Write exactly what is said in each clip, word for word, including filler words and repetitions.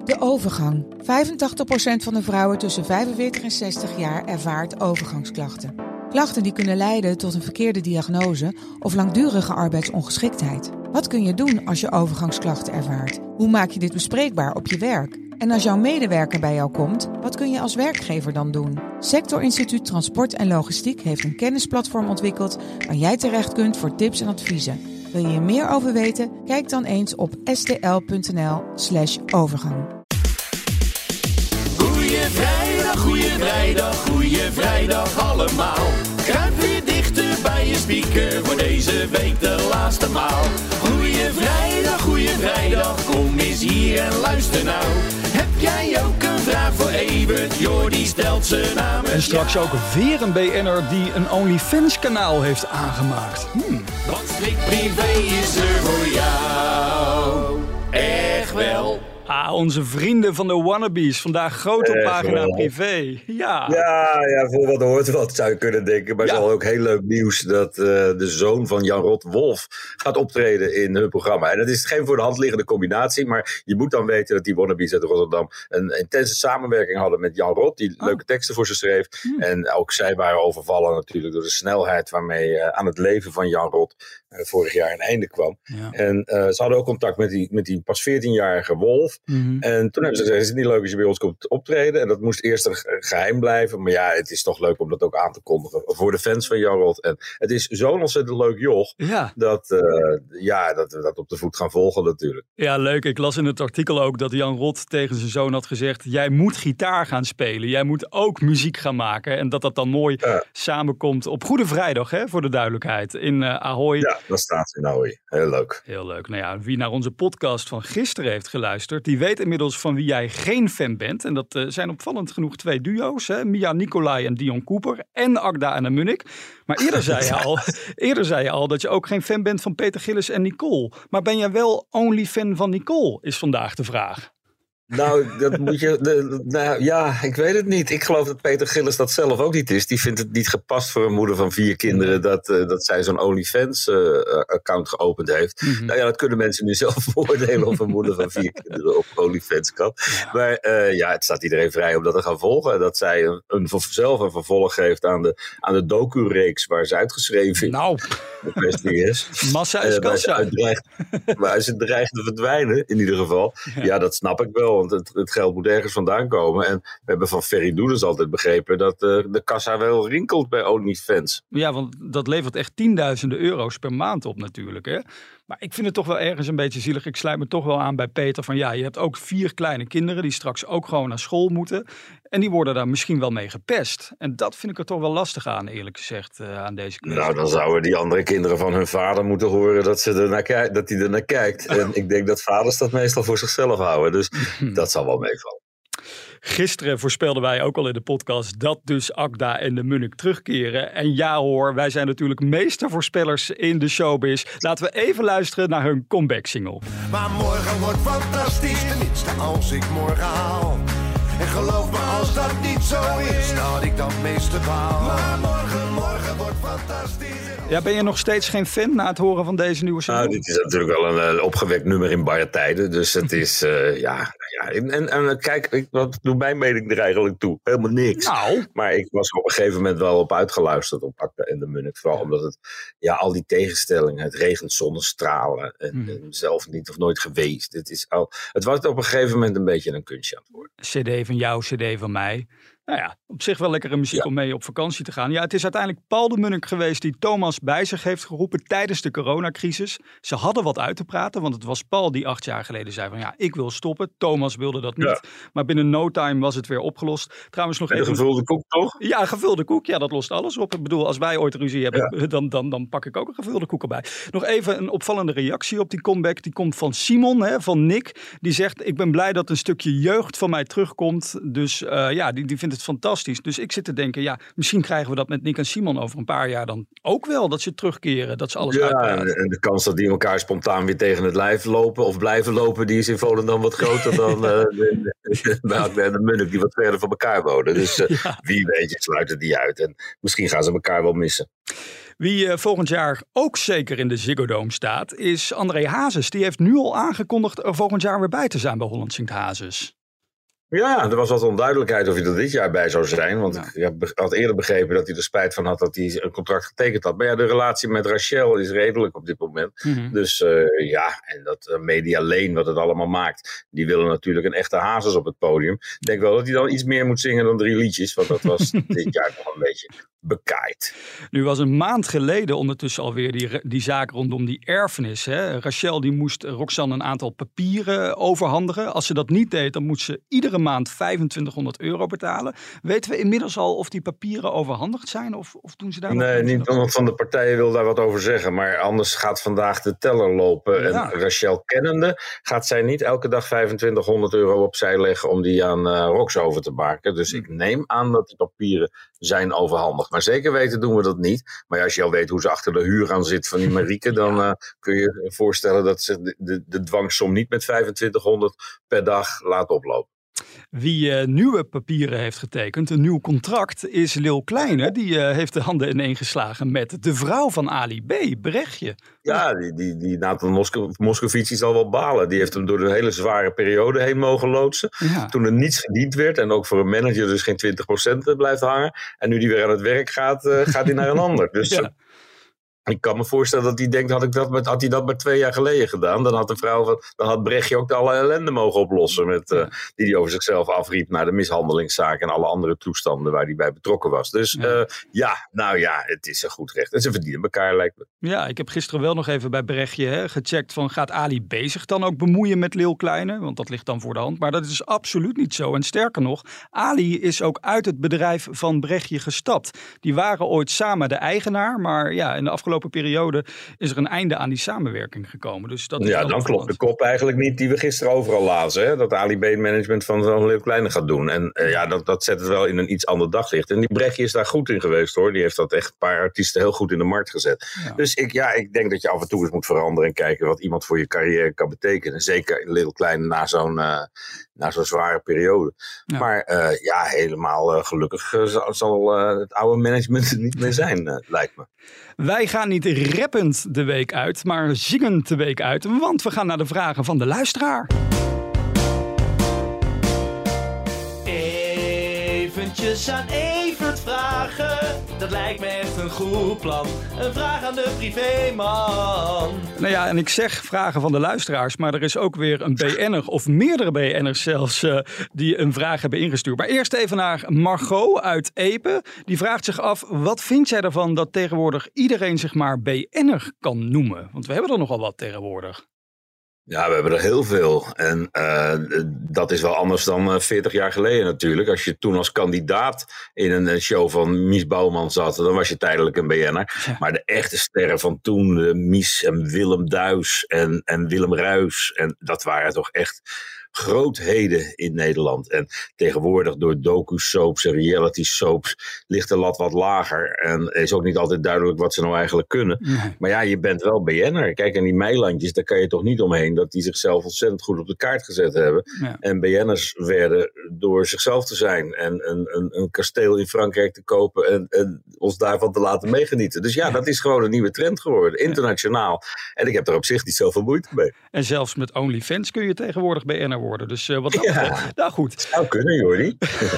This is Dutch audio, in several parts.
De overgang. vijfentachtig procent van de vrouwen tussen vijfenveertig en zestig jaar ervaart overgangsklachten. Klachten die kunnen leiden tot een verkeerde diagnose of langdurige arbeidsongeschiktheid. Wat kun je doen als je overgangsklachten ervaart? Hoe maak je dit bespreekbaar op je werk? En als jouw medewerker bij jou komt, wat kun je als werkgever dan doen? Sector Instituut Transport en Logistiek heeft een kennisplatform ontwikkeld waar jij terecht kunt voor tips en adviezen. Wil je er meer over weten? Kijk dan eens op stl.nl slash overgang. Goeie vrijdag, goeie vrijdag, goeie vrijdag allemaal. Kruip weer dichter bij je speaker voor deze week de laatste maal. Goeie vrijdag, goeie vrijdag, kom eens hier en luister nou. Heb jij ook een vraag voor Evert? Jordi stelt zijn naam. En straks ook weer een B N'er die een OnlyFans kanaal heeft aangemaakt. Hmm. Want Slik Privé is er voor jou. Echt wel. Ah, onze vrienden van de Wannabes. Vandaag groot op Echt pagina wel. privé. Ja. Ja, ja, voor wat hoort wat zou je kunnen denken. Maar Ja. het is al ook heel leuk nieuws dat uh, de zoon van Jan Rot, Wolf, gaat optreden in hun programma. En dat is geen voor de hand liggende combinatie. Maar je moet dan weten dat die Wannabes uit Rotterdam een intense samenwerking hadden met Jan Rot. Die Oh. leuke teksten voor ze schreef. Hmm. En ook zij waren overvallen natuurlijk door de snelheid waarmee uh, aan het leven van Jan Rot uh, vorig jaar een einde kwam. Ja. En uh, ze hadden ook contact met die, met die pas veertienjarige Wolf. Mhm. En toen hebben ze gezegd, is het niet leuk als je bij ons komt optreden? En dat moest eerst een ge- geheim blijven. Maar ja, het is toch leuk om dat ook aan te kondigen voor de fans van Jan Rot. En het is zo'n ontzettend leuk joch, Ja. dat, uh, ja, dat we dat op de voet gaan volgen natuurlijk. ja, leuk. Ik las in het artikel ook dat Jan Rot tegen zijn zoon had gezegd: jij moet gitaar gaan spelen. Jij moet ook muziek gaan maken. En dat dat dan mooi Ja. samenkomt op Goede Vrijdag, hè, voor de duidelijkheid, in uh, Ahoy. Ja, dan staat ze nou weer. Heel leuk. Heel leuk. Nou ja, wie naar onze podcast van gisteren heeft geluisterd, die weet inmiddels van wie jij geen fan bent. En dat uh, zijn opvallend genoeg twee duo's. Hè? Mia Nicolai en Dion Cooper. En Agda en de Munnik. Maar eerder zei, je al, eerder zei je al dat je ook geen fan bent van Peter Gillis en Nicole. Maar ben jij wel only fan van Nicole, is vandaag de vraag. Nou, dat moet je. De, nou, ja, ik weet het niet. Ik geloof dat Peter Gillis dat zelf ook niet is. Die vindt het niet gepast voor een moeder van vier kinderen dat, uh, dat zij zo'n OnlyFans-account uh, geopend heeft. Mm-hmm. Nou ja, dat kunnen mensen nu zelf beoordelen of een moeder van vier kinderen op OnlyFans kan. Ja. Maar uh, ja, het staat iedereen vrij om dat te gaan volgen. Dat zij een, een, zelf een vervolg geeft aan de, aan de docu-reeks waar ze uitgeschreven is. Nou, De kwestie is. massa is Uh, waar, ze kassa. uit dreigt, waar ze dreigt te verdwijnen, in ieder geval. Ja. Ja, dat snap ik wel, want het, het geld moet ergens vandaan komen. En we hebben van Ferry Doedens altijd begrepen dat uh, de kassa wel rinkelt bij OnlyFans. Ja, want dat levert echt tienduizenden euro's per maand op natuurlijk, hè. Maar ik vind het toch wel ergens een beetje zielig. Ik sluit me toch wel aan bij Peter van ja, je hebt ook vier kleine kinderen die straks ook gewoon naar school moeten. En die worden daar misschien wel mee gepest. En dat vind ik er toch wel lastig aan, eerlijk gezegd, uh, aan deze kwestie. Nou, dan zouden die andere kinderen van hun vader moeten horen dat ze er naar kijkt, dat hij er naar kijkt. En ik denk dat vaders dat meestal voor zichzelf houden. Dus dat zal wel meevallen. Gisteren voorspelden wij ook al in de podcast dat dus Agda en de Munnik terugkeren. En ja hoor, wij zijn natuurlijk meestervoorspellers in de showbiz. Laten we even luisteren naar hun comeback single. Maar morgen wordt fantastisch, tenminste als ik morgen haal. En geloof me als dat niet zo is, dat ik dat meeste baal. Maar morgen, morgen wordt fantastisch. Ja, ben je nog steeds geen fan na het horen van deze nieuwe single? Nou, dit is natuurlijk wel een uh, opgewekt nummer in barre tijden. Dus het is, uh, ja... ja en, en, en kijk, ik, wat doet mijn mening er eigenlijk toe? Helemaal niks. Nou, Maar ik was er op een gegeven moment wel op uitgeluisterd op Agda en de Munnik. Vooral omdat het, ja, al die tegenstellingen, het regent zonnestralen. En, Hmm. en zelf niet of nooit geweest. Het, is al, het was op een gegeven moment een beetje een kunstje aan het worden. cd van jou, cd van mij. Nou ja, op zich wel lekkere muziek Ja. om mee op vakantie te gaan. Ja, het is uiteindelijk Paul de Munnik geweest die Thomas bij zich heeft geroepen tijdens de coronacrisis. Ze hadden wat uit te praten, want het was Paul die acht jaar geleden zei van ja, ik wil stoppen. Thomas wilde dat niet. Ja. Maar binnen no time was het weer opgelost. Trouwens nog En een even... gevulde koek, toch? Ja, een gevulde koek. Ja, dat lost alles op. Ik bedoel, als wij ooit ruzie hebben, dan, dan, dan pak ik ook een gevulde koek erbij. Nog even een opvallende reactie op die comeback. Die komt van Simon, hè, van Nick. Die zegt, ik ben blij dat een stukje jeugd van mij terugkomt. Dus uh, ja, die, die vindt het fantastisch. Dus ik zit te denken, ja, misschien krijgen we dat met Nick en Simon over een paar jaar dan ook wel. Dat ze terugkeren, dat ze alles Ja, uitpraten. en de kans dat die elkaar spontaan weer tegen het lijf lopen of blijven lopen, die is in Volendam wat groter dan uh, de, de, bij Agda en de Munnik, die wat verder van elkaar wonen. Dus uh, Ja. wie weet, je sluit het niet uit. En misschien gaan ze elkaar wel missen. Wie uh, volgend jaar ook zeker in de Ziggo Dome staat, is André Hazes. Die heeft nu al aangekondigd er volgend jaar weer bij te zijn bij Holland Zingt Hazes. Ja, er was wat onduidelijkheid of hij er dit jaar bij zou zijn. Want ja. ik had eerder begrepen dat hij er spijt van had dat hij een contract getekend had. Maar ja, de relatie met Rachel is redelijk op dit moment. Mm-hmm. Dus uh, ja, en dat uh, Media Lane, wat het allemaal maakt, die willen natuurlijk een echte hazes op het podium. Ik denk wel dat hij dan iets meer moet zingen dan drie liedjes. Want dat was dit jaar nog een beetje bekaaid. Nu was een maand geleden ondertussen alweer die, die zaak rondom die erfenis. Hè? Rachel die moest Roxanne een aantal papieren overhandigen. Als ze dat niet deed, dan moest ze iedere maand vijfentwintighonderd euro betalen. Weten we inmiddels al of die papieren overhandigd zijn? Of, of doen ze daar nee, niet iemand van de partijen wil daar wat over zeggen. Maar anders gaat vandaag de teller lopen. Ja. En Rachel kennende gaat zij niet elke dag vijfentwintighonderd euro opzij leggen om die aan uh, Rox over te maken. Dus ik neem aan dat die papieren zijn overhandigd. Maar zeker weten doen we dat niet. Maar als je al weet hoe ze achter de huur aan zit van die Marieke, dan uh, kun je je voorstellen dat ze de, de, de dwangsom niet met vijfentwintighonderd per dag laat oplopen. Wie uh, nieuwe papieren heeft getekend, een nieuw contract, is Lil Kleine. Die uh, heeft de handen ineengeslagen met de vrouw van Ali B, Brechtje. Ja, die, die, die Nathan Mosco- Moscovici zal wel balen. Die heeft hem door een hele zware periode heen mogen loodsen. Ja. Toen er niets verdiend werd en ook voor een manager dus geen twintig procent blijft hangen. En nu die weer aan het werk gaat, uh, gaat hij naar een ander. Dus ja. Ik kan me voorstellen dat hij denkt, had, ik dat met, had hij dat maar twee jaar geleden gedaan, dan had de vrouw van, dan had Brechtje ook de alle ellende mogen oplossen met, uh, die hij over zichzelf afriep naar de mishandelingszaak en alle andere toestanden waar hij bij betrokken was. Dus ja, uh, ja nou ja, het is een goed recht. En ze verdienen elkaar, lijkt me. Ja, ik heb gisteren wel nog even bij Brechtje hè, gecheckt van, gaat Ali B zich dan ook bemoeien met Lil Kleine? Want dat ligt dan voor de hand. Maar dat is absoluut niet zo. En sterker nog, Ali is ook uit het bedrijf van Brechtje gestapt. Die waren ooit samen de eigenaar, maar ja, in de afgelopen periode is er een einde aan die samenwerking gekomen. Dus dat is ja, dan klopt de kop eigenlijk niet die we gisteren overal lazen. Hè? Dat Ali B het management van zo'n Lil Kleine gaat doen. En uh, ja, dat, dat zet het wel in een iets ander daglicht. En die Brechtje is daar goed in geweest hoor. Die heeft dat echt een paar artiesten heel goed in de markt gezet. Ja. Dus ik, ja, ik denk dat je af en toe eens moet veranderen en kijken wat iemand voor je carrière kan betekenen. Zeker Lil Kleine na zo'n, uh, na zo'n zware periode. Ja. Maar uh, ja, helemaal uh, gelukkig uh, zal, zal uh, het oude management er niet meer zijn, uh, lijkt me. Wij gaan niet rappend de week uit, maar zingend de week uit. Want we gaan naar de vragen van de luisteraar. Eventjes aan Evert vragen. Dat lijkt me echt een goed plan. Een vraag aan de privéman. Nou ja, en ik zeg vragen van de luisteraars, maar er is ook weer een B N'er of meerdere B N'ers zelfs uh, die een vraag hebben ingestuurd. Maar eerst even naar Margot uit Epe. Die vraagt zich af, wat vind jij ervan dat tegenwoordig iedereen zich maar B N'er kan noemen? Want we hebben er nogal wat tegenwoordig. Ja, we hebben er heel veel. En uh, dat is wel anders dan uh, veertig jaar geleden natuurlijk. Als je toen als kandidaat in een show van Mies Bouwman zat, dan was je tijdelijk een B N'er. Ja. Maar de echte sterren van toen, uh, Mies en Willem Duis en, en Willem Ruijs, en dat waren toch echt grootheden in Nederland. En tegenwoordig door docu-soaps en reality-soaps ligt de lat wat lager. En is ook niet altijd duidelijk wat ze nou eigenlijk kunnen. Nee. Maar ja, je bent wel B N'er. Kijk, en die Meilandjes, daar kan je toch niet omheen dat die zichzelf ontzettend goed op de kaart gezet hebben. Ja. En B N'ers werden door zichzelf te zijn en een, een, een kasteel in Frankrijk te kopen en, en ons daarvan te laten meegenieten. Dus ja, ja, dat is gewoon een nieuwe trend geworden, internationaal. Ja. En ik heb daar op zich niet zoveel moeite mee. En zelfs met OnlyFans kun je tegenwoordig B N'er worden. Dus uh, wat dat ja, betreft, nou goed. Zou kunnen, Jordi.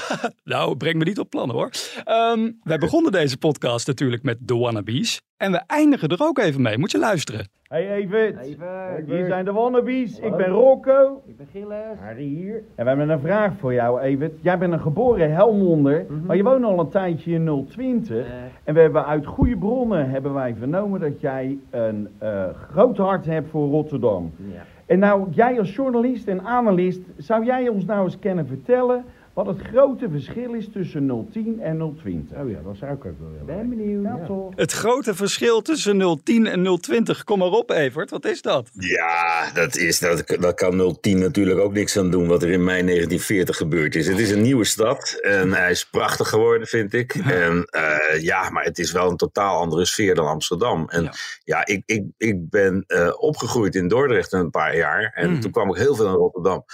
Nou, breng me niet op plannen hoor. Um, wij begonnen deze podcast natuurlijk met The Wannabes. En we eindigen er ook even mee. Moet je luisteren. Hey Evert, Evert. Hier zijn de Wannabes. Ik ben Rocco. Ik ben Gilles. Harry hier. En we hebben een vraag voor jou, Evert. Jij bent een geboren Helmonder, mm-hmm. maar je woont al een tijdje in nul twintig. Uh. En we hebben uit goede bronnen hebben wij vernomen dat jij een uh, groot hart hebt voor Rotterdam. Ja. En nou, jij als journalist en analist, zou jij ons nou eens kunnen vertellen wat het grote verschil is tussen nul tien en nul twintig? Oh ja, dat zou ik ook wel willen. Ben benieuwd. Ja, ja. toch? Het grote verschil tussen nul tien en nul twintig. Kom maar op, Evert. Wat is dat? Ja, dat, is, dat, dat kan nul tien natuurlijk ook niks aan doen wat er in mei negentien veertig gebeurd is. Het is een nieuwe stad en hij is prachtig geworden, vind ik. Ja. En uh, ja, maar het is wel een totaal andere sfeer dan Amsterdam. En ja, ja ik, ik, ik ben uh, opgegroeid in Dordrecht een paar jaar en mm. toen kwam ik heel veel naar Rotterdam.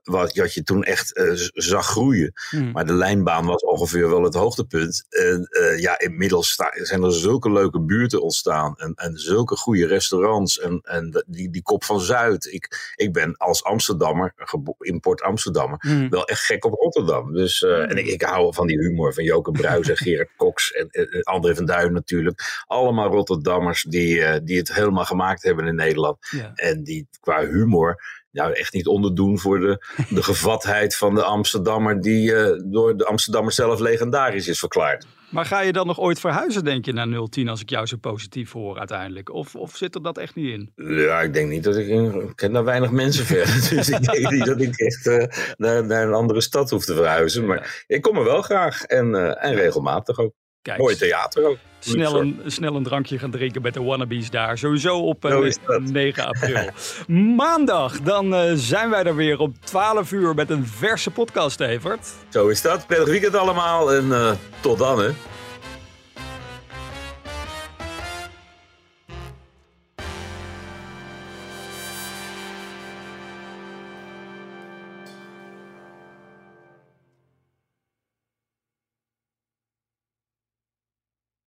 wat, wat je toen echt uh, zag groeien. Hmm. Maar de lijnbaan was ongeveer wel het hoogtepunt. En uh, ja, inmiddels sta, zijn er zulke leuke buurten ontstaan. En, en zulke goede restaurants. En, en die, die Kop van Zuid. Ik, ik ben als Amsterdammer, gebo- import Amsterdammer, hmm. wel echt gek op Rotterdam. Dus, uh, hmm. En ik, ik hou van die humor van Joke Bruijs en Gerard Cox en uh, André van Duin natuurlijk. Allemaal Rotterdammers die, uh, die het helemaal gemaakt hebben in Nederland. Ja. En die qua humor... Nou, echt niet onderdoen voor de, de gevatheid van de Amsterdammer die uh, door de Amsterdammer zelf legendarisch is verklaard. Maar ga je dan nog ooit verhuizen, denk je, naar nul tien als ik jou zo positief hoor uiteindelijk? Of, of zit er dat echt niet in? Ja, ik denk niet dat ik... Ik ken daar weinig mensen verder. Dus ik denk niet dat ik echt uh, naar, naar een andere stad hoef te verhuizen. Maar ja. Ik kom er wel graag en, uh, en regelmatig ook. Kijk, mooi theater ook. Snel een, snel een drankje gaan drinken met de wannabes daar. Sowieso op uh, negen april. Maandag, dan uh, zijn wij er weer om twaalf uur met een verse podcast, Evert. Zo is dat. Prettig weekend allemaal en uh, tot dan, hè.